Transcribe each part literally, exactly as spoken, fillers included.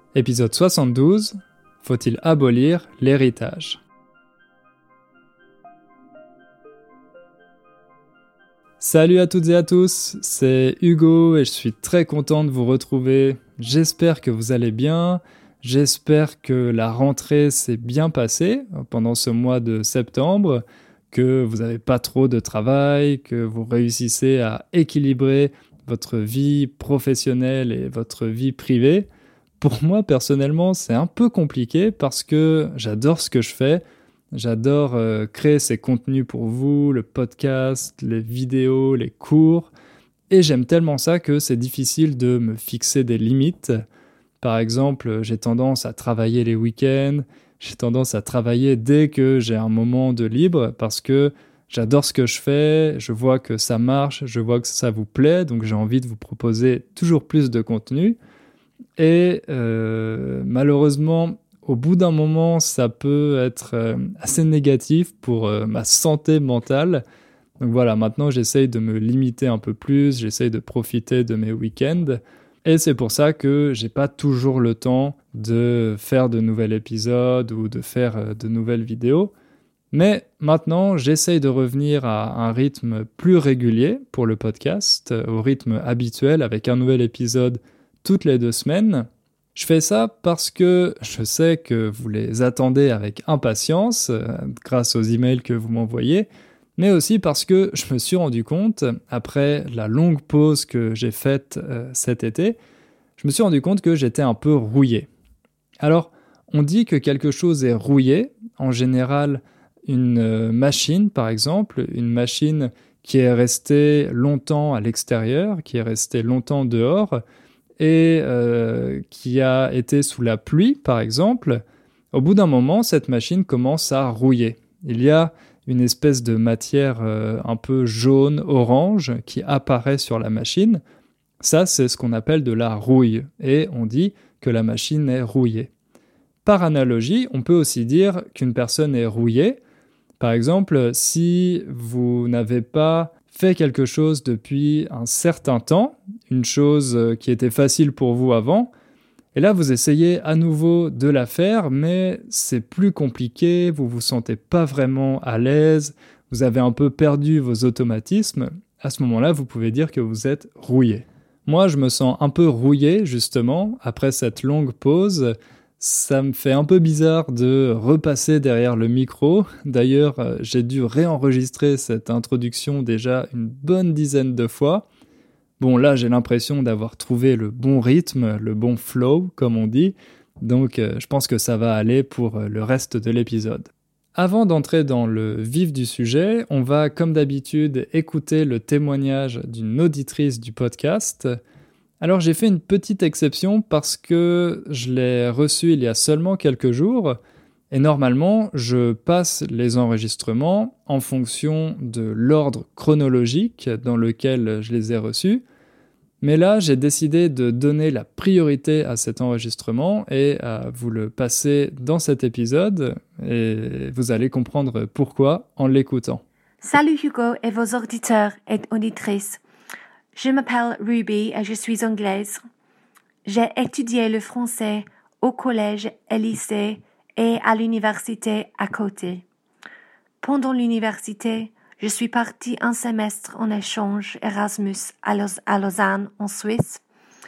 Épisode soixante-douze. Faut-il abolir l'héritage ? Salut à toutes et à tous, c'est Hugo et je suis très content de vous retrouver. J'espère que vous allez bien, j'espère que la rentrée s'est bien passée pendant ce mois de septembre, que vous n'avez pas trop de travail, que vous réussissez à équilibrer votre vie professionnelle et votre vie privée. Pour moi, personnellement, c'est un peu compliqué parce que j'adore ce que je fais. J'adore euh, créer ces contenus pour vous, le podcast, les vidéos, les cours. Et j'aime tellement ça que c'est difficile de me fixer des limites. Par exemple, j'ai tendance à travailler les week-ends. J'ai tendance à travailler dès que j'ai un moment de libre parce que j'adore ce que je fais. Je vois que ça marche, je vois que ça vous plaît. Donc j'ai envie de vous proposer toujours plus de contenu. Et euh, malheureusement, au bout d'un moment, ça peut être euh, assez négatif pour euh, ma santé mentale. Donc voilà, maintenant j'essaye de me limiter un peu plus, j'essaye de profiter de mes week-ends. Et c'est pour ça que j'ai pas toujours le temps de faire de nouveaux épisodes ou de faire euh, de nouvelles vidéos. Mais maintenant, j'essaye de revenir à un rythme plus régulier pour le podcast, au rythme habituel avec un nouvel épisode toutes les deux semaines. Je fais ça parce que je sais que vous les attendez avec impatience euh, grâce aux emails que vous m'envoyez, mais aussi parce que je me suis rendu compte, après la longue pause que j'ai faite euh, cet été, je me suis rendu compte que j'étais un peu rouillé. Alors, on dit que quelque chose est rouillé, en général une euh, machine par exemple, une machine qui est restée longtemps à l'extérieur, qui est restée longtemps dehors, et euh, qui a été sous la pluie, par exemple, au bout d'un moment, cette machine commence à rouiller. Il y a une espèce de matière euh, un peu jaune, orange, qui apparaît sur la machine. Ça, c'est ce qu'on appelle de la rouille, et on dit que la machine est rouillée. Par analogie, on peut aussi dire qu'une personne est rouillée. Par exemple, si vous n'avez pas fait quelque chose depuis un certain temps, une chose qui était facile pour vous avant, et là vous essayez à nouveau de la faire, mais c'est plus compliqué, vous vous sentez pas vraiment à l'aise, vous avez un peu perdu vos automatismes, à ce moment-là vous pouvez dire que vous êtes rouillé. Moi je me sens un peu rouillé justement, après cette longue pause. Ça me fait un peu bizarre de repasser derrière le micro. D'ailleurs, euh, j'ai dû réenregistrer cette introduction déjà une bonne dizaine de fois. Bon, là, j'ai l'impression d'avoir trouvé le bon rythme, le bon flow, comme on dit. Donc, euh, je pense que ça va aller pour euh, le reste de l'épisode. Avant d'entrer dans le vif du sujet, on va, comme d'habitude, écouter le témoignage d'une auditrice du podcast. Alors j'ai fait une petite exception parce que je l'ai reçu il y a seulement quelques jours et normalement je passe les enregistrements en fonction de l'ordre chronologique dans lequel je les ai reçus. Mais là j'ai décidé de donner la priorité à cet enregistrement et à vous le passer dans cet épisode et vous allez comprendre pourquoi en l'écoutant. Salut Hugo et vos auditeurs et auditrices. Je m'appelle Ruby et je suis anglaise. J'ai étudié le français au collège et lycée et à l'université à côté. Pendant l'université, je suis partie un semestre en échange Erasmus à, Laus- à Lausanne, en Suisse.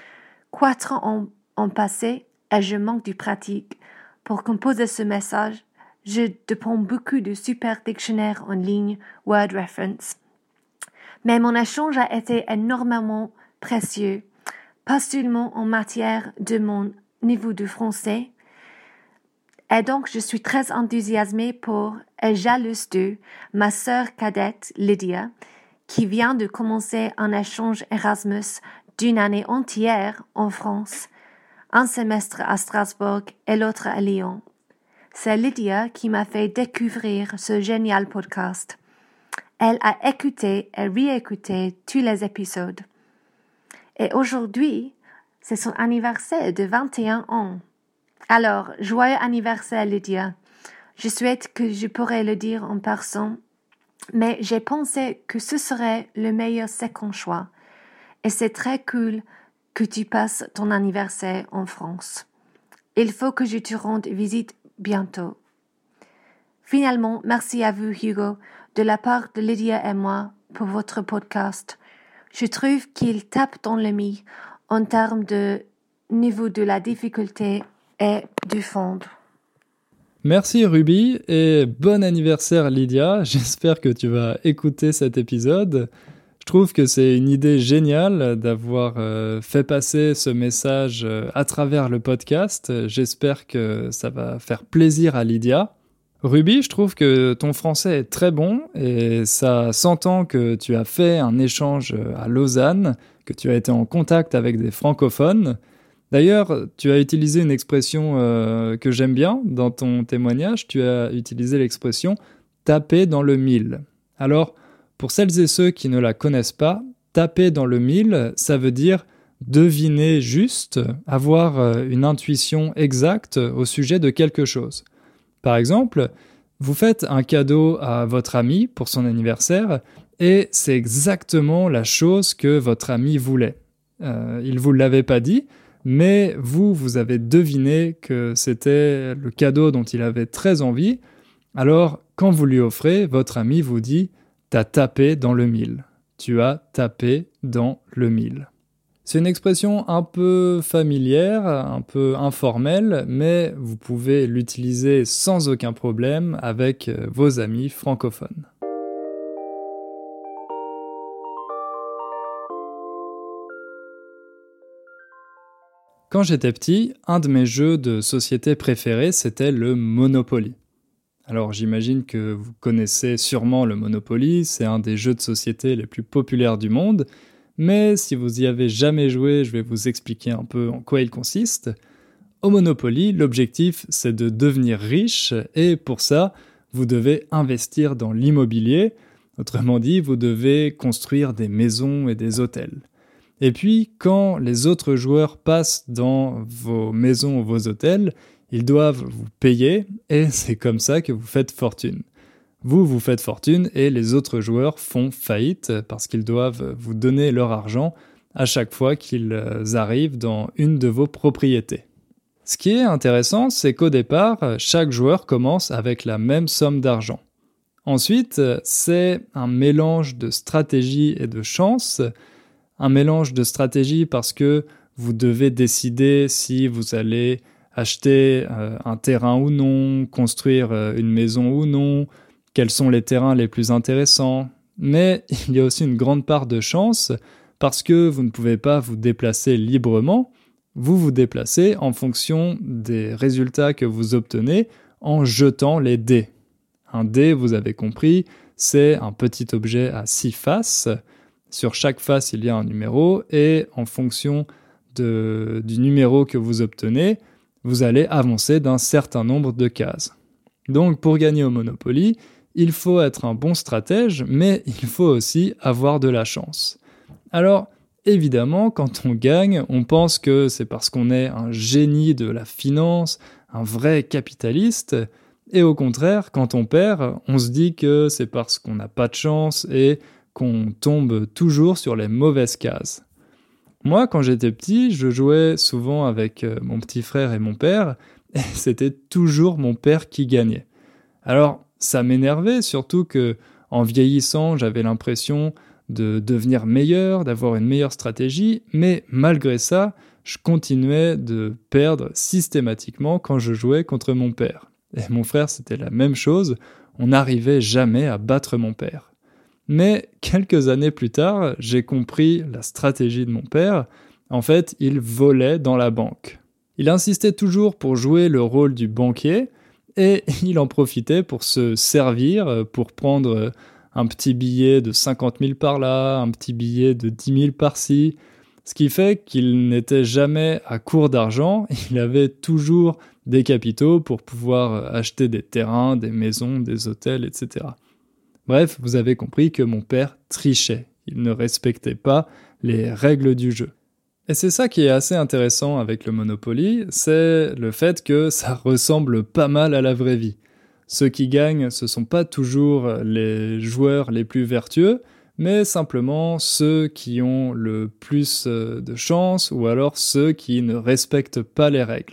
Quatre ans ont passé et je manque de pratique. Pour composer ce message, je dépends beaucoup de super dictionnaires en ligne, Word Reference. Mais mon échange a été énormément précieux, pas seulement en matière de mon niveau de français. Et donc, je suis très enthousiasmée pour et jalouse de ma sœur cadette Lydia, qui vient de commencer un échange Erasmus d'une année entière en France, un semestre à Strasbourg et l'autre à Lyon. C'est Lydia qui m'a fait découvrir ce génial podcast. Elle a écouté et réécouté tous les épisodes. Et aujourd'hui, c'est son anniversaire de vingt et un ans. Alors, joyeux anniversaire Lydia. Je souhaite que je pourrais le dire en personne, mais j'ai pensé que ce serait le meilleur second choix. Et c'est très cool que tu passes ton anniversaire en France. Il faut que je te rende visite bientôt. Finalement, merci à vous, Hugo, de la part de Lydia et moi, pour votre podcast. Je trouve qu'il tape dans le mille en termes de niveau de la difficulté et du fond. Merci Ruby et bon anniversaire Lydia, j'espère que tu vas écouter cet épisode. Je trouve que c'est une idée géniale d'avoir euh, fait passer ce message euh, à travers le podcast. J'espère que ça va faire plaisir à Lydia. Ruby, je trouve que ton français est très bon et ça s'entend que tu as fait un échange à Lausanne, que tu as été en contact avec des francophones. D'ailleurs, tu as utilisé une expression euh, que j'aime bien dans ton témoignage. Tu as utilisé l'expression « taper dans le mille ». Alors, pour celles et ceux qui ne la connaissent pas, taper dans le mille, ça veut dire deviner juste, avoir une intuition exacte au sujet de quelque chose. Par exemple, vous faites un cadeau à votre ami pour son anniversaire et c'est exactement la chose que votre ami voulait. Euh, il ne vous l'avait pas dit, mais vous, vous avez deviné que c'était le cadeau dont il avait très envie. Alors, quand vous lui offrez, votre ami vous dit « t'as tapé dans le mille ». Tu as tapé dans le mille. C'est une expression un peu familière, un peu informelle, mais vous pouvez l'utiliser sans aucun problème avec vos amis francophones. Quand j'étais petit, un de mes jeux de société préférés, c'était le Monopoly. Alors j'imagine que vous connaissez sûrement le Monopoly, c'est un des jeux de société les plus populaires du monde, mais si vous y avez jamais joué, je vais vous expliquer un peu en quoi il consiste. Au Monopoly, l'objectif c'est de devenir riche et pour ça, vous devez investir dans l'immobilier, autrement dit, vous devez construire des maisons et des hôtels. Et puis, quand les autres joueurs passent dans vos maisons ou vos hôtels, ils doivent vous payer et c'est comme ça que vous faites fortune. Vous, vous faites fortune et les autres joueurs font faillite parce qu'ils doivent vous donner leur argent à chaque fois qu'ils arrivent dans une de vos propriétés. Ce qui est intéressant, c'est qu'au départ, chaque joueur commence avec la même somme d'argent. Ensuite, c'est un mélange de stratégie et de chance. Un mélange de stratégie parce que vous devez décider si vous allez acheter euh, un terrain ou non, construire euh, une maison ou non, quels sont les terrains les plus intéressants. Mais il y a aussi une grande part de chance parce que vous ne pouvez pas vous déplacer librement, vous vous déplacez en fonction des résultats que vous obtenez en jetant les dés. Un dé, vous avez compris, c'est un petit objet à six faces. Sur chaque face, il y a un numéro et en fonction de, du numéro que vous obtenez, vous allez avancer d'un certain nombre de cases. Donc pour gagner au Monopoly, il faut être un bon stratège, mais il faut aussi avoir de la chance. Alors évidemment, quand on gagne, on pense que c'est parce qu'on est un génie de la finance, un vrai capitaliste, et au contraire, quand on perd, on se dit que c'est parce qu'on n'a pas de chance et qu'on tombe toujours sur les mauvaises cases. Moi, quand j'étais petit, je jouais souvent avec mon petit frère et mon père, et c'était toujours mon père qui gagnait. Alors, ça m'énervait, surtout que, en vieillissant, j'avais l'impression de devenir meilleur, d'avoir une meilleure stratégie, mais malgré ça, je continuais de perdre systématiquement quand je jouais contre mon père. Et mon frère, c'était la même chose, on n'arrivait jamais à battre mon père. Mais quelques années plus tard, j'ai compris la stratégie de mon père. En fait, il volait dans la banque. Il insistait toujours pour jouer le rôle du banquier et il en profitait pour se servir, pour prendre un petit billet de cinquante mille par là, un petit billet de dix mille par-ci. Ce qui fait qu'il n'était jamais à court d'argent, il avait toujours des capitaux pour pouvoir acheter des terrains, des maisons, des hôtels, et cetera. Bref, vous avez compris que mon père trichait. Il ne respectait pas les règles du jeu. Et c'est ça qui est assez intéressant avec le Monopoly, c'est le fait que ça ressemble pas mal à la vraie vie. Ceux qui gagnent, ce sont pas toujours les joueurs les plus vertueux, mais simplement ceux qui ont le plus de chance ou alors ceux qui ne respectent pas les règles.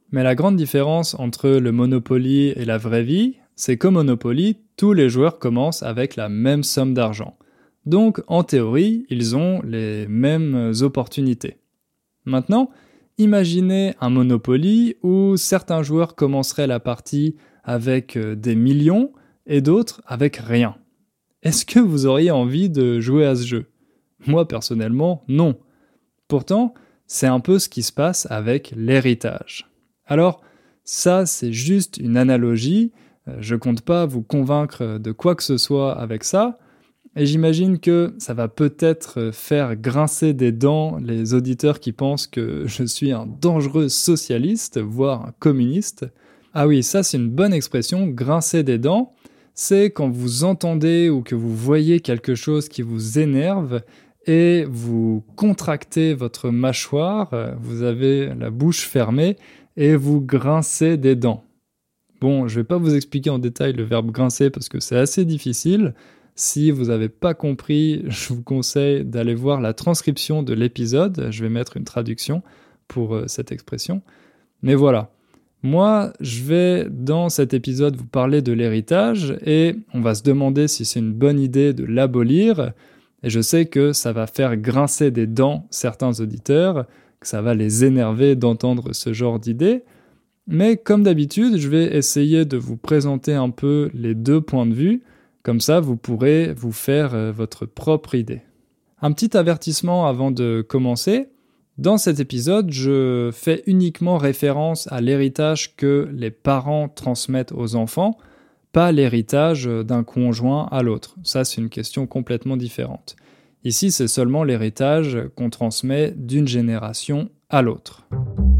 Mais la grande différence entre le Monopoly et la vraie vie, c'est qu'au Monopoly, tous les joueurs commencent avec la même somme d'argent. Donc, en théorie, ils ont les mêmes opportunités. Maintenant, imaginez un Monopoly où certains joueurs commenceraient la partie avec des millions et d'autres avec rien. Est-ce que vous auriez envie de jouer à ce jeu ? Moi, personnellement, non. Pourtant, c'est un peu ce qui se passe avec l'héritage. Alors, ça, c'est juste une analogie. Je compte pas vous convaincre de quoi que ce soit avec ça. Et j'imagine que ça va peut-être faire grincer des dents les auditeurs qui pensent que je suis un dangereux socialiste, voire un communiste. Ah oui, ça c'est une bonne expression, grincer des dents. C'est quand vous entendez ou que vous voyez quelque chose qui vous énerve et vous contractez votre mâchoire, vous avez la bouche fermée et vous grincez des dents. Bon, je vais pas vous expliquer en détail le verbe grincer parce que c'est assez difficile. Si vous n'avez pas compris, je vous conseille d'aller voir la transcription de l'épisode. Je vais mettre une traduction pour euh, cette expression. Mais voilà. Moi, je vais, dans cet épisode, vous parler de l'héritage et on va se demander si c'est une bonne idée de l'abolir. Et je sais que ça va faire grincer des dents certains auditeurs, que ça va les énerver d'entendre ce genre d'idées. Mais comme d'habitude, je vais essayer de vous présenter un peu les deux points de vue. Comme ça, vous pourrez vous faire euh, votre propre idée. Un petit avertissement avant de commencer. Dans cet épisode, je fais uniquement référence à l'héritage que les parents transmettent aux enfants, pas l'héritage d'un conjoint à l'autre. Ça, c'est une question complètement différente. Ici, c'est seulement l'héritage qu'on transmet d'une génération à l'autre.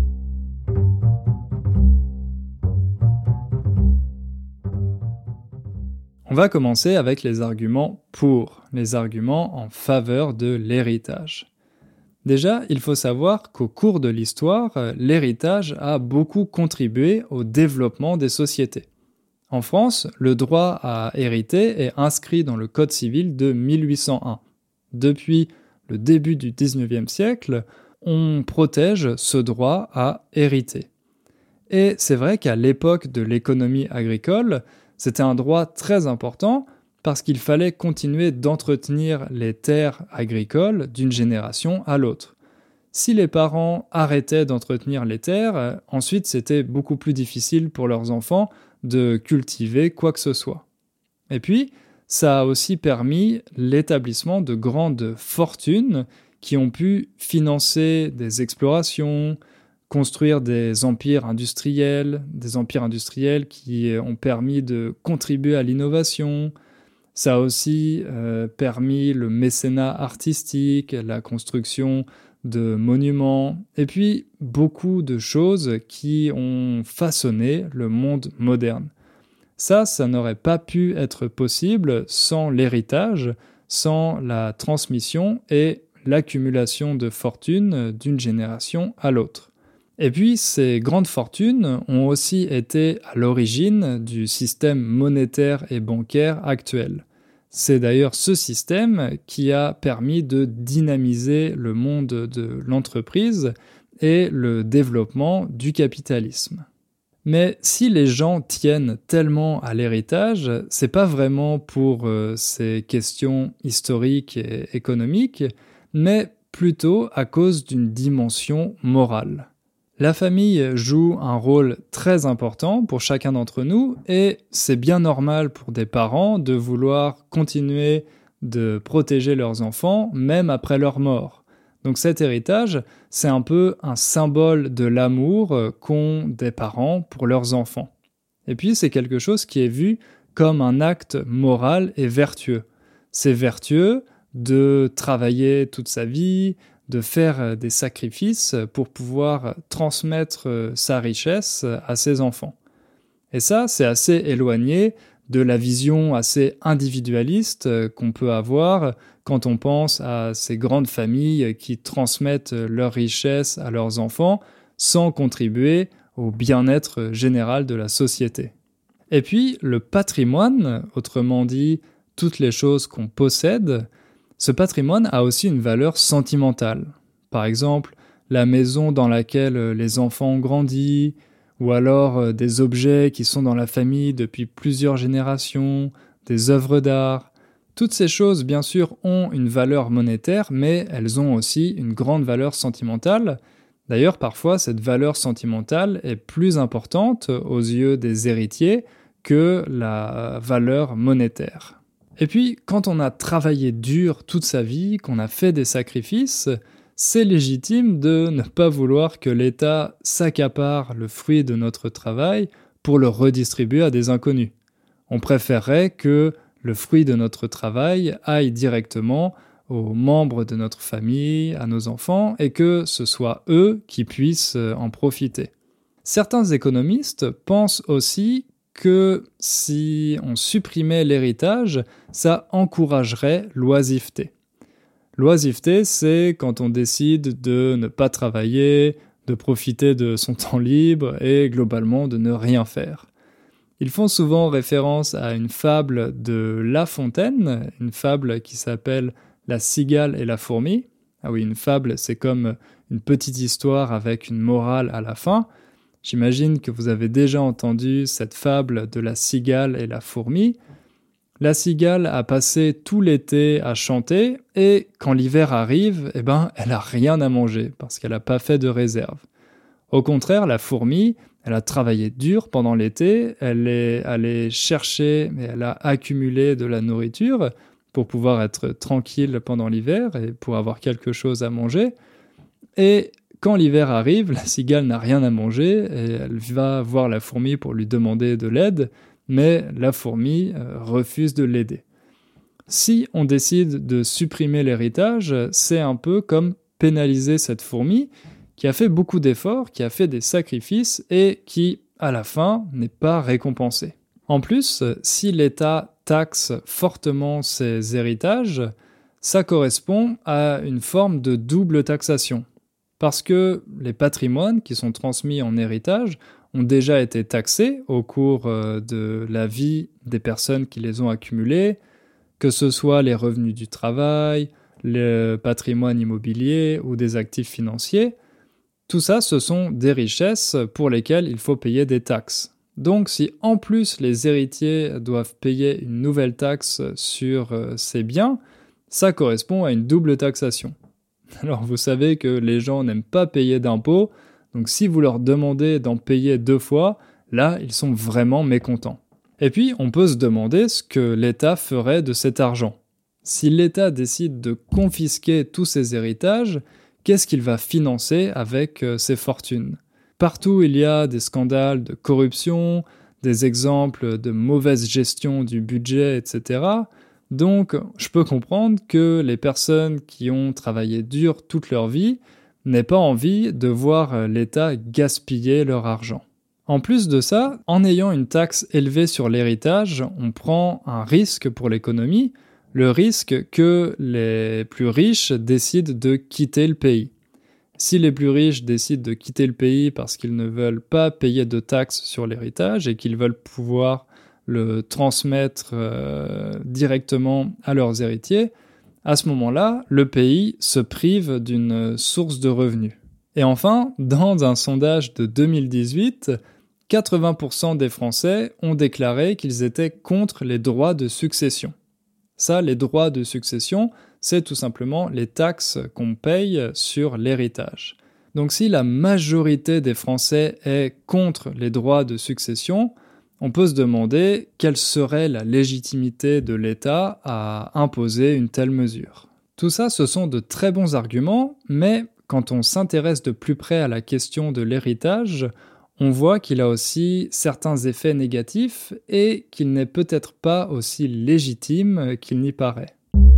On va commencer avec les arguments pour, les arguments en faveur de l'héritage. Déjà, il faut savoir qu'au cours de l'histoire, l'héritage a beaucoup contribué au développement des sociétés. En France, le droit à hériter est inscrit dans le Code civil de mille huit cent un. Depuis le début du dix-neuvième siècle, on protège ce droit à hériter. Et c'est vrai qu'à l'époque de l'économie agricole, c'était un droit très important parce qu'il fallait continuer d'entretenir les terres agricoles d'une génération à l'autre. Si les parents arrêtaient d'entretenir les terres, ensuite c'était beaucoup plus difficile pour leurs enfants de cultiver quoi que ce soit. Et puis, ça a aussi permis l'établissement de grandes fortunes qui ont pu financer des explorations, construire des empires industriels, des empires industriels qui ont permis de contribuer à l'innovation. Ça a aussi euh, permis le mécénat artistique, la construction de monuments, et puis beaucoup de choses qui ont façonné le monde moderne. Ça, ça n'aurait pas pu être possible sans l'héritage, sans la transmission et l'accumulation de fortunes d'une génération à l'autre. Et puis, ces grandes fortunes ont aussi été à l'origine du système monétaire et bancaire actuel. C'est d'ailleurs ce système qui a permis de dynamiser le monde de l'entreprise et le développement du capitalisme. Mais si les gens tiennent tellement à l'héritage, c'est pas vraiment pour euh, ces questions historiques et économiques, mais plutôt à cause d'une dimension morale. La famille joue un rôle très important pour chacun d'entre nous et c'est bien normal pour des parents de vouloir continuer de protéger leurs enfants même après leur mort. Donc cet héritage, c'est un peu un symbole de l'amour qu'ont des parents pour leurs enfants. Et puis c'est quelque chose qui est vu comme un acte moral et vertueux. C'est vertueux de travailler toute sa vie, de faire des sacrifices pour pouvoir transmettre sa richesse à ses enfants. Et ça, c'est assez éloigné de la vision assez individualiste qu'on peut avoir quand on pense à ces grandes familles qui transmettent leur richesse à leurs enfants sans contribuer au bien-être général de la société. Et puis, le patrimoine, autrement dit, toutes les choses qu'on possède, ce patrimoine a aussi une valeur sentimentale. Par exemple, la maison dans laquelle les enfants ont grandi, ou alors euh, des objets qui sont dans la famille depuis plusieurs générations, des œuvres d'art. Toutes ces choses, bien sûr, ont une valeur monétaire, mais elles ont aussi une grande valeur sentimentale. D'ailleurs, parfois, cette valeur sentimentale est plus importante aux yeux des héritiers que la valeur monétaire. Et puis, quand on a travaillé dur toute sa vie, qu'on a fait des sacrifices, c'est légitime de ne pas vouloir que l'État s'accapare le fruit de notre travail pour le redistribuer à des inconnus. On préférerait que le fruit de notre travail aille directement aux membres de notre famille, à nos enfants, et que ce soit eux qui puissent en profiter. Certains économistes pensent aussi que si on supprimait l'héritage, ça encouragerait l'oisiveté. L'oisiveté, c'est quand on décide de ne pas travailler, de profiter de son temps libre et globalement de ne rien faire. Ils font souvent référence à une fable de La Fontaine, une fable qui s'appelle La cigale et la fourmi. Ah oui, une fable, c'est comme une petite histoire avec une morale à la fin. J'imagine que vous avez déjà entendu cette fable de la cigale et la fourmi. La cigale a passé tout l'été à chanter et quand l'hiver arrive, eh ben, elle n'a rien à manger parce qu'elle n'a pas fait de réserve. Au contraire, la fourmi, elle a travaillé dur pendant l'été, elle est allée chercher et elle a accumulé de la nourriture pour pouvoir être tranquille pendant l'hiver et pour avoir quelque chose à manger. Et quand l'hiver arrive, la cigale n'a rien à manger et elle va voir la fourmi pour lui demander de l'aide, mais la fourmi euh, refuse de l'aider. Si on décide de supprimer l'héritage, c'est un peu comme pénaliser cette fourmi qui a fait beaucoup d'efforts, qui a fait des sacrifices et qui, à la fin, n'est pas récompensée. En plus, si l'État taxe fortement ses héritages, ça correspond à une forme de double taxation. Parce que les patrimoines qui sont transmis en héritage ont déjà été taxés au cours de la vie des personnes qui les ont accumulés, que ce soit les revenus du travail, le patrimoine immobilier ou des actifs financiers. Tout ça, ce sont des richesses pour lesquelles il faut payer des taxes. Donc, si en plus les héritiers doivent payer une nouvelle taxe sur ces biens, ça correspond à une double taxation. Alors, vous savez que les gens n'aiment pas payer d'impôts, donc si vous leur demandez d'en payer deux fois, là, ils sont vraiment mécontents. Et puis, on peut se demander ce que l'État ferait de cet argent. Si l'État décide de confisquer tous ces héritages, qu'est-ce qu'il va financer avec ces fortunes ? Partout, il y a des scandales de corruption, des exemples de mauvaise gestion du budget, et cetera. Donc, je peux comprendre que les personnes qui ont travaillé dur toute leur vie n'aient pas envie de voir l'État gaspiller leur argent. En plus de ça, en ayant une taxe élevée sur l'héritage, on prend un risque pour l'économie, le risque que les plus riches décident de quitter le pays. Si les plus riches décident de quitter le pays parce qu'ils ne veulent pas payer de taxes sur l'héritage et qu'ils veulent pouvoir le transmettre euh, directement à leurs héritiers, à ce moment-là, le pays se prive d'une source de revenus. Et enfin, dans un sondage de deux mille dix-huit, quatre-vingts pour cent des Français ont déclaré qu'ils étaient contre les droits de succession. Ça, les droits de succession, c'est tout simplement les taxes qu'on paye sur l'héritage. Donc si la majorité des Français est contre les droits de succession, on peut se demander quelle serait la légitimité de l'État à imposer une telle mesure. Tout ça, ce sont de très bons arguments, mais quand on s'intéresse de plus près à la question de l'héritage, on voit qu'il a aussi certains effets négatifs et qu'il n'est peut-être pas aussi légitime qu'il n'y paraît.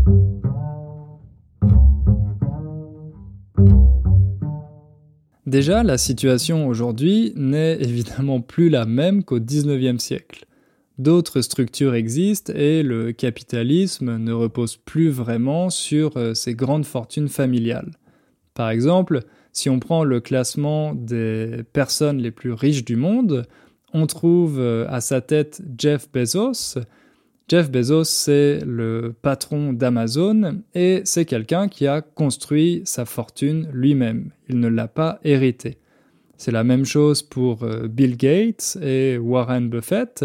Déjà, la situation aujourd'hui n'est évidemment plus la même qu'au dix-neuvième siècle. D'autres structures existent et le capitalisme ne repose plus vraiment sur ces grandes fortunes familiales. Par exemple, si on prend le classement des personnes les plus riches du monde, on trouve à sa tête Jeff Bezos. Jeff Bezos, c'est le patron d'Amazon et c'est quelqu'un qui a construit sa fortune lui-même. Il ne l'a pas héritée. C'est la même chose pour Bill Gates et Warren Buffett.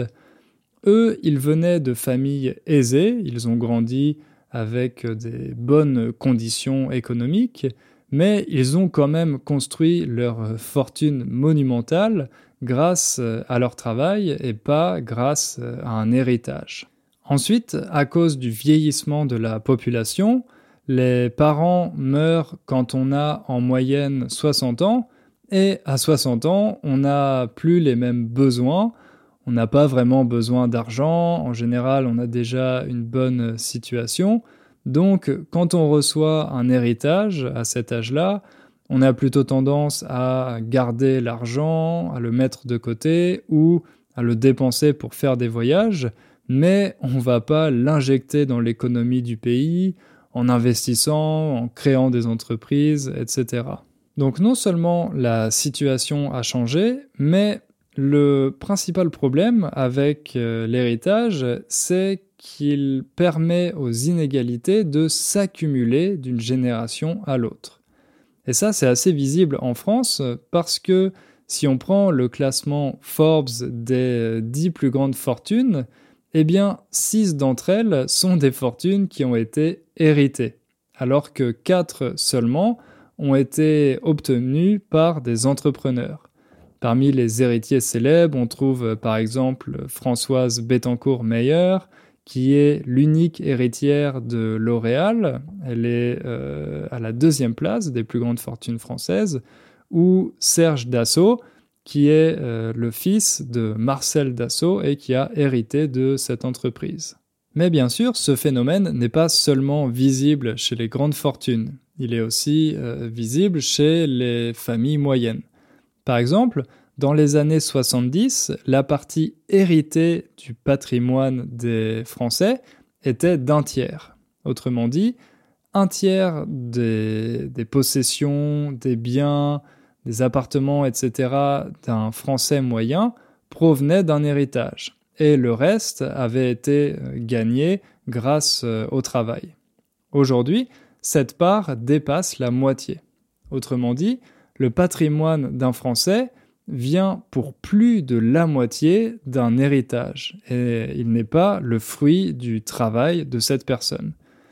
Eux, ils venaient de familles aisées, ils ont grandi avec des bonnes conditions économiques, mais ils ont quand même construit leur fortune monumentale grâce à leur travail et pas grâce à un héritage. Ensuite, à cause du vieillissement de la population, les parents meurent quand on a en moyenne soixante ans, et à soixante ans, on n'a plus les mêmes besoins. On n'a pas vraiment besoin d'argent, en général on a déjà une bonne situation, donc quand on reçoit un héritage à cet âge-là, on a plutôt tendance à garder l'argent, à le mettre de côté ou à le dépenser pour faire des voyages, mais on ne va pas l'injecter dans l'économie du pays en investissant, en créant des entreprises, et cetera. Donc non seulement la situation a changé, mais le principal problème avec euh, l'héritage, c'est qu'il permet aux inégalités de s'accumuler d'une génération à l'autre. Et ça, c'est assez visible en France parce que si on prend le classement Forbes des dix plus grandes fortunes, eh bien, six d'entre elles sont des fortunes qui ont été héritées, alors que quatre seulement ont été obtenues par des entrepreneurs. Parmi les héritiers célèbres, on trouve par exemple Françoise Bettencourt-Meyer, qui est l'unique héritière de L'Oréal. Elle est euh, à la deuxième place des plus grandes fortunes françaises, ou Serge Dassault, qui est euh, le fils de Marcel Dassault et qui a hérité de cette entreprise. Mais bien sûr, ce phénomène n'est pas seulement visible chez les grandes fortunes, il est aussi euh, visible chez les familles moyennes. Par exemple, dans les années soixante-dix, la partie héritée du patrimoine des Français était d'un tiers. Autrement dit, un tiers des, des possessions, des biens, des appartements, et cetera d'un Français moyen provenaient d'un héritage. Et le reste avait été gagné grâce au travail. Aujourd'hui, cette part dépasse la moitié. Autrement dit, le patrimoine d'un Français vient pour plus de la moitié d'un héritage, et il n'est pas le fruit du travail de cette personne.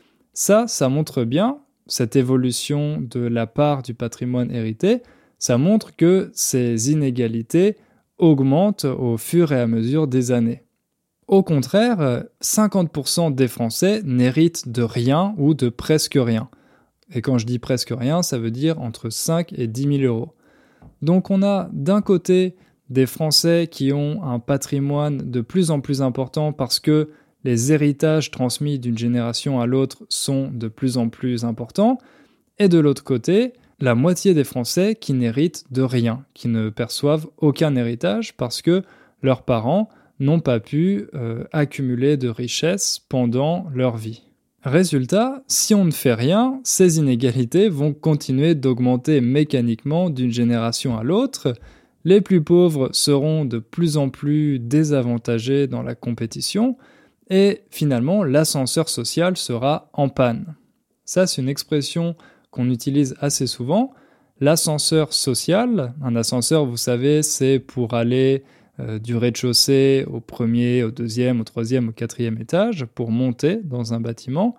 Ça, ça montre bien, cette évolution de la part du patrimoine hérité, ça montre que ces inégalités augmentent au fur et à mesure des années. Au contraire, cinquante pour cent des Français n'héritent de rien ou de presque rien. Et quand je dis presque rien, ça veut dire entre cinq et dix mille euros. Donc on a d'un côté des Français qui ont un patrimoine de plus en plus important parce que les héritages transmis d'une génération à l'autre sont de plus en plus importants, et de l'autre côté, la moitié des Français qui n'héritent de rien, qui ne perçoivent aucun héritage parce que leurs parents n'ont pas pu euh, accumuler de richesses pendant leur vie. Résultat, si on ne fait rien, ces inégalités vont continuer d'augmenter mécaniquement d'une génération à l'autre. Les plus pauvres seront de plus en plus désavantagés dans la compétition et finalement l'ascenseur social sera en panne. Ça, c'est une expression qu'on utilise assez souvent. L'ascenseur social, un ascenseur, vous savez, c'est pour aller euh, du rez-de-chaussée au premier, au deuxième, au troisième, au quatrième étage, pour monter dans un bâtiment.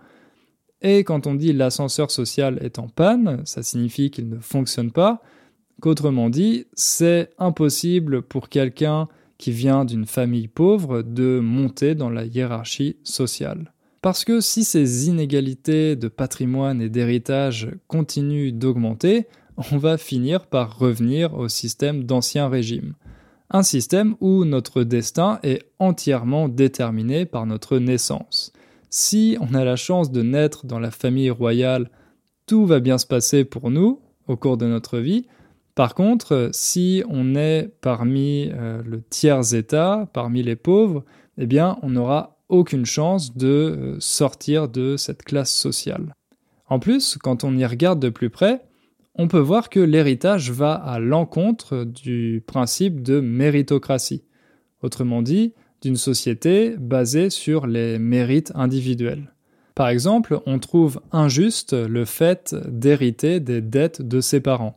Et quand on dit l'ascenseur social est en panne, ça signifie qu'il ne fonctionne pas, qu'autrement dit, c'est impossible pour quelqu'un qui vient d'une famille pauvre de monter dans la hiérarchie sociale. Parce que si ces inégalités de patrimoine et d'héritage continuent d'augmenter, on va finir par revenir au système d'Ancien Régime. Un système où notre destin est entièrement déterminé par notre naissance. Si on a la chance de naître dans la famille royale, tout va bien se passer pour nous au cours de notre vie. Par contre, si on est parmi euh, le tiers-état, parmi les pauvres, eh bien, on n'aura aucune chance de euh, sortir de cette classe sociale. En plus, quand on y regarde de plus près, on peut voir que l'héritage va à l'encontre du principe de méritocratie. Autrement dit, d'une société basée sur les mérites individuels. Par exemple, on trouve injuste le fait d'hériter des dettes de ses parents.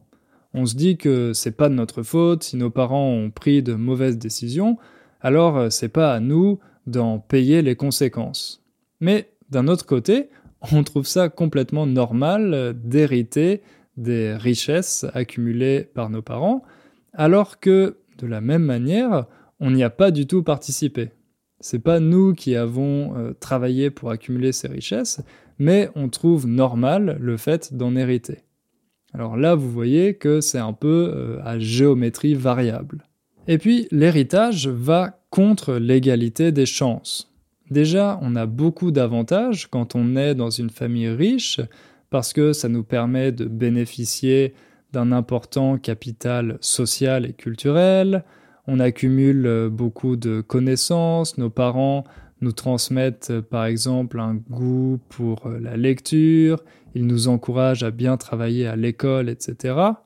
On se dit que c'est pas de notre faute si nos parents ont pris de mauvaises décisions, alors c'est pas à nous d'en payer les conséquences. Mais d'un autre côté, on trouve ça complètement normal d'hériter des richesses accumulées par nos parents, alors que, de la même manière, on n'y a pas du tout participé. C'est pas nous qui avons euh, travaillé pour accumuler ces richesses, mais on trouve normal le fait d'en hériter. Alors là, vous voyez que c'est un peu euh, à géométrie variable. Et puis, l'héritage va contre l'égalité des chances. Déjà, on a beaucoup d'avantages quand on est dans une famille riche, parce que ça nous permet de bénéficier d'un important capital social et culturel, on accumule beaucoup de connaissances, nos parents nous transmettent par exemple un goût pour la lecture, ils nous encouragent à bien travailler à l'école, et cetera.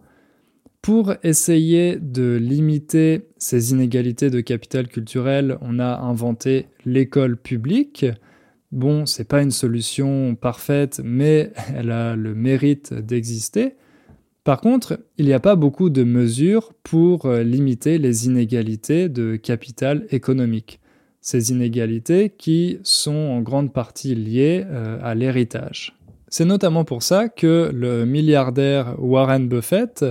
Pour essayer de limiter ces inégalités de capital culturel, on a inventé l'école publique. Bon, c'est pas une solution parfaite, mais elle a le mérite d'exister. Par contre, il n'y a pas beaucoup de mesures pour limiter les inégalités de capital économique. Ces inégalités qui sont en grande partie liées euh, à l'héritage. C'est notamment pour ça que le milliardaire Warren Buffett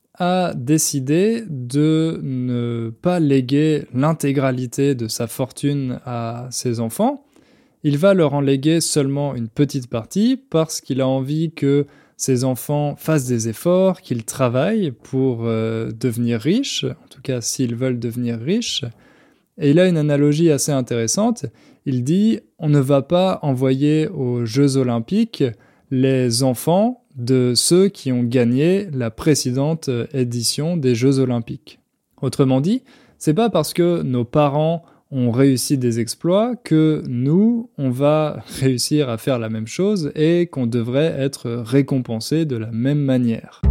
a décidé de ne pas léguer l'intégralité de sa fortune à ses enfants. Il va leur en léguer seulement une petite partie parce qu'il a envie que ses enfants fassent des efforts, qu'ils travaillent pour euh, devenir riches, en tout cas s'ils veulent devenir riches. Et il a une analogie assez intéressante. Il dit « On ne va pas envoyer aux Jeux Olympiques les enfants de ceux qui ont gagné la précédente édition des Jeux Olympiques. » Autrement dit, c'est pas parce que nos parents ont réussi des exploits que nous, on va réussir à faire la même chose et qu'on devrait être récompensé de la même manière.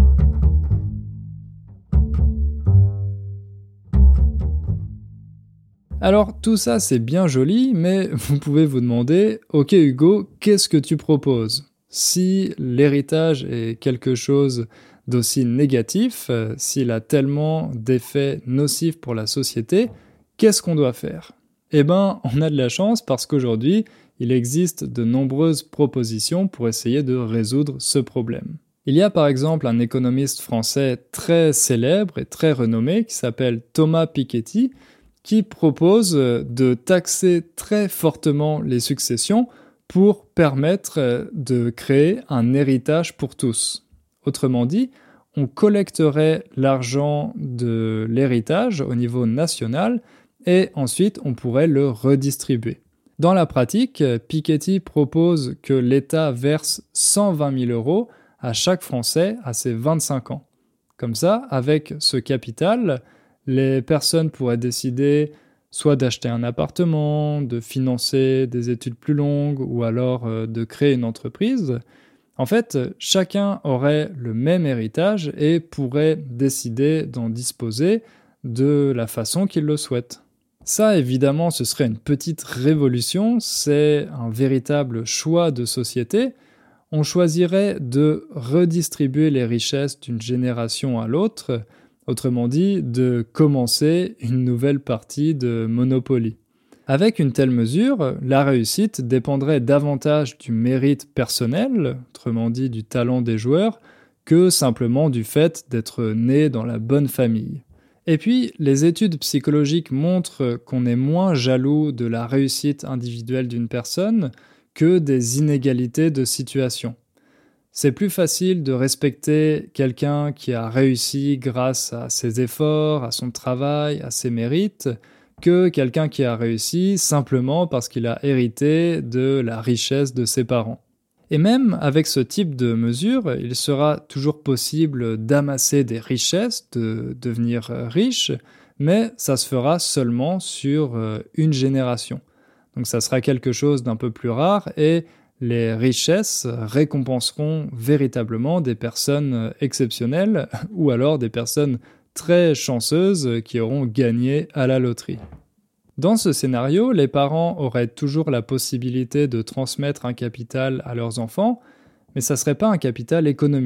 Alors tout ça c'est bien joli, mais vous pouvez vous demander « Ok Hugo, qu'est-ce que tu proposes ?» Si l'héritage est quelque chose d'aussi négatif, euh, s'il a tellement d'effets nocifs pour la société, qu'est-ce qu'on doit faire ? Eh ben, on a de la chance parce qu'aujourd'hui, il existe de nombreuses propositions pour essayer de résoudre ce problème. Il y a par exemple un économiste français très célèbre et très renommé qui s'appelle Thomas Piketty, qui propose de taxer très fortement les successions pour permettre de créer un héritage pour tous. Autrement dit, on collecterait l'argent de l'héritage au niveau national et ensuite on pourrait le redistribuer. Dans la pratique, Piketty propose que l'État verse cent vingt mille euros à chaque Français à ses vingt-cinq ans. Comme ça, avec ce capital, les personnes pourraient décider soit d'acheter un appartement, de financer des études plus longues ou alors euh, de créer une entreprise. En fait, chacun aurait le même héritage et pourrait décider d'en disposer de la façon qu'il le souhaite. Ça, évidemment, ce serait une petite révolution, c'est un véritable choix de société. On choisirait de redistribuer les richesses d'une génération à l'autre, autrement dit, de commencer une nouvelle partie de Monopoly. Avec une telle mesure, la réussite dépendrait davantage du mérite personnel, autrement dit du talent des joueurs, que simplement du fait d'être né dans la bonne famille. Et puis, les études psychologiques montrent qu'on est moins jaloux de la réussite individuelle d'une personne que des inégalités de situation. C'est plus facile de respecter quelqu'un qui a réussi grâce à ses efforts, à son travail, à ses mérites, que quelqu'un qui a réussi simplement parce qu'il a hérité de la richesse de ses parents. Et même avec ce type de mesure, il sera toujours possible d'amasser des richesses, de devenir riche, mais ça se fera seulement sur une génération. Donc ça sera quelque chose d'un peu plus rare et les richesses récompenseront véritablement des personnes exceptionnelles ou alors des personnes très chanceuses qui auront gagné à la loterie. Dans ce scénario, les parents auraient toujours la possibilité de transmettre un capital à leurs enfants, mais ça ne serait pas un capital économique,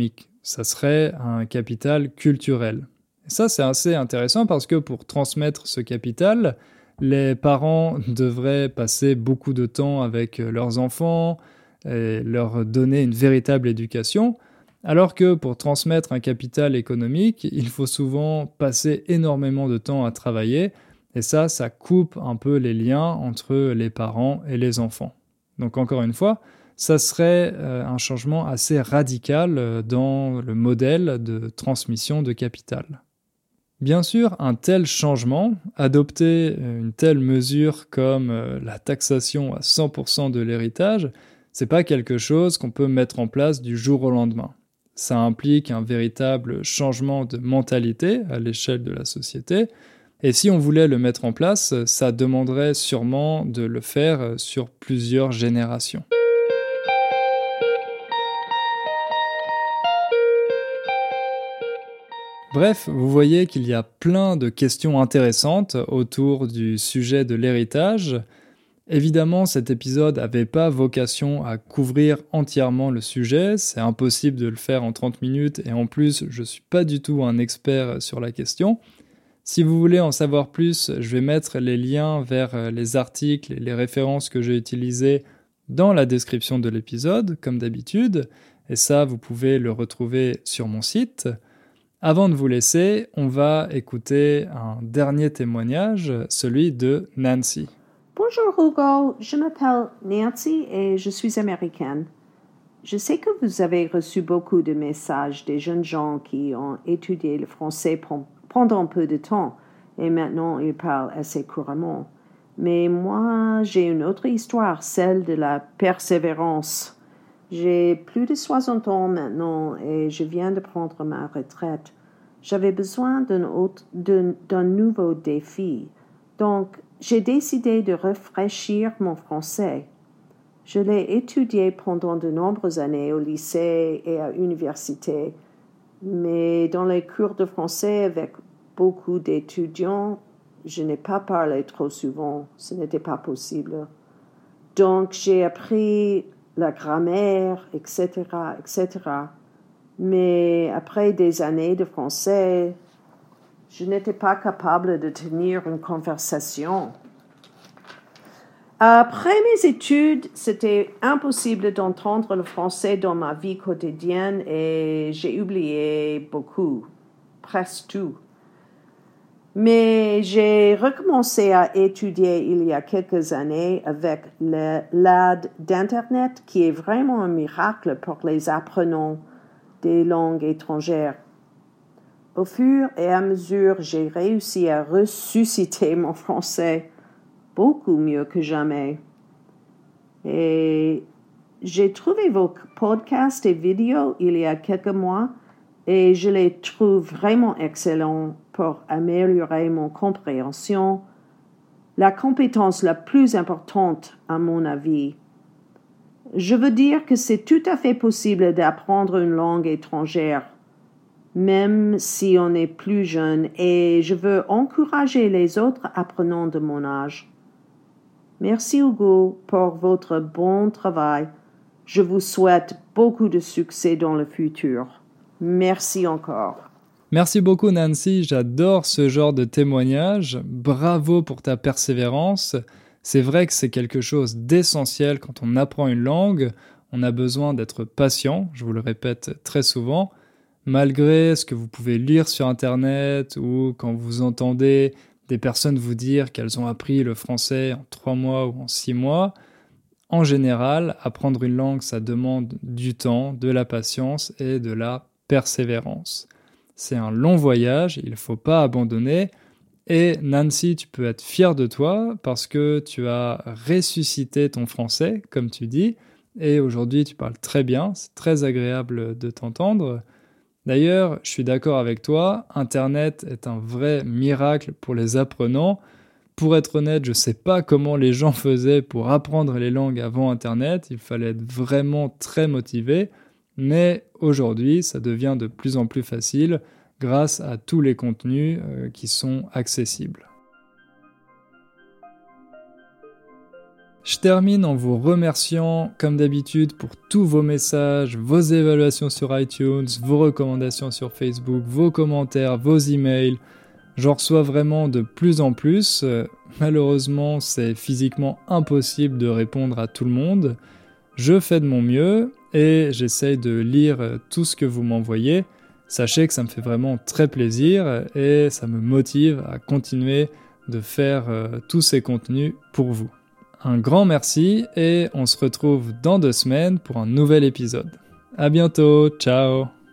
Ça serait un capital culturel. Et ça, c'est assez intéressant parce que pour transmettre ce capital, les parents devraient passer beaucoup de temps avec leurs enfants et leur donner une véritable éducation, alors que pour transmettre un capital économique, il faut souvent passer énormément de temps à travailler, et ça, ça coupe un peu les liens entre les parents et les enfants. Donc encore une fois, ça serait euh, un changement assez radical euh, dans le modèle de transmission de capital. Bien sûr, un tel changement, adopter une telle mesure comme euh, la taxation à cent pour cent de l'héritage, c'est pas quelque chose qu'on peut mettre en place du jour au lendemain. Ça implique un véritable changement de mentalité à l'échelle de la société, et si on voulait le mettre en place, ça demanderait sûrement de le faire sur plusieurs générations. Bref, vous voyez qu'il y a plein de questions intéressantes autour du sujet de l'héritage. Évidemment, cet épisode n'avait pas vocation à couvrir entièrement le sujet, c'est impossible de le faire en trente minutes et en plus, je ne suis pas du tout un expert sur la question. Si vous voulez en savoir plus, je vais mettre les liens vers les articles et les références que j'ai utilisées dans la description de l'épisode, comme d'habitude, et ça, vous pouvez le retrouver sur mon site. Avant de vous laisser, on va écouter un dernier témoignage, celui de Nancy. Bonjour Hugo, je m'appelle Nancy et je suis américaine. Je sais que vous avez reçu beaucoup de messages des jeunes gens qui ont étudié le français pendant peu de temps et maintenant ils parlent assez couramment. Mais moi, j'ai une autre histoire, celle de la persévérance. J'ai plus de soixante ans maintenant et je viens de prendre ma retraite. J'avais besoin d'un, autre, d'un, d'un nouveau défi. Donc, j'ai décidé de rafraîchir mon français. Je l'ai étudié pendant de nombreuses années au lycée et à l'université, mais dans les cours de français avec beaucoup d'étudiants, je n'ai pas parlé trop souvent, ce n'était pas possible. Donc, j'ai appris la grammaire, et cetera, et cetera. Mais après des années de français, je n'étais pas capable de tenir une conversation. Après mes études, c'était impossible d'entendre le français dans ma vie quotidienne et j'ai oublié beaucoup, presque tout. Mais j'ai recommencé à étudier il y a quelques années avec le, l'aide d'Internet, qui est vraiment un miracle pour les apprenants des langues étrangères. Au fur et à mesure, j'ai réussi à ressusciter mon français beaucoup mieux que jamais. Et j'ai trouvé vos podcasts et vidéos il y a quelques mois et je les trouve vraiment excellents pour améliorer mon compréhension, la compétence la plus importante à mon avis. Je veux dire que c'est tout à fait possible d'apprendre une langue étrangère, même si on est plus jeune, et je veux encourager les autres apprenants de mon âge. Merci Hugo pour votre bon travail. Je vous souhaite beaucoup de succès dans le futur. Merci encore. Merci beaucoup Nancy, j'adore ce genre de témoignage. Bravo pour ta persévérance. C'est vrai que c'est quelque chose d'essentiel quand on apprend une langue. On a besoin d'être patient, je vous le répète très souvent. Malgré ce que vous pouvez lire sur Internet ou quand vous entendez des personnes vous dire qu'elles ont appris le français en trois mois ou en six mois, en général, apprendre une langue, ça demande du temps, de la patience et de la persévérance. C'est un long voyage, il ne faut pas abandonner. Et Nancy, tu peux être fière de toi parce que tu as ressuscité ton français, comme tu dis, et aujourd'hui tu parles très bien, c'est très agréable de t'entendre. D'ailleurs, je suis d'accord avec toi, Internet est un vrai miracle pour les apprenants. Pour être honnête, je ne sais pas comment les gens faisaient pour apprendre les langues avant Internet, il fallait être vraiment très motivé, mais aujourd'hui, ça devient de plus en plus facile grâce à tous les contenus euh, qui sont accessibles. Je termine en vous remerciant, comme d'habitude, pour tous vos messages, vos évaluations sur iTunes, vos recommandations sur Facebook, vos commentaires, vos emails. J'en reçois vraiment de plus en plus. Euh, malheureusement, c'est physiquement impossible de répondre à tout le monde. Je fais de mon mieux et j'essaye de lire tout ce que vous m'envoyez. Sachez que ça me fait vraiment très plaisir et ça me motive à continuer de faire euh, tous ces contenus pour vous. Un grand merci et on se retrouve dans deux semaines pour un nouvel épisode. À bientôt, ciao!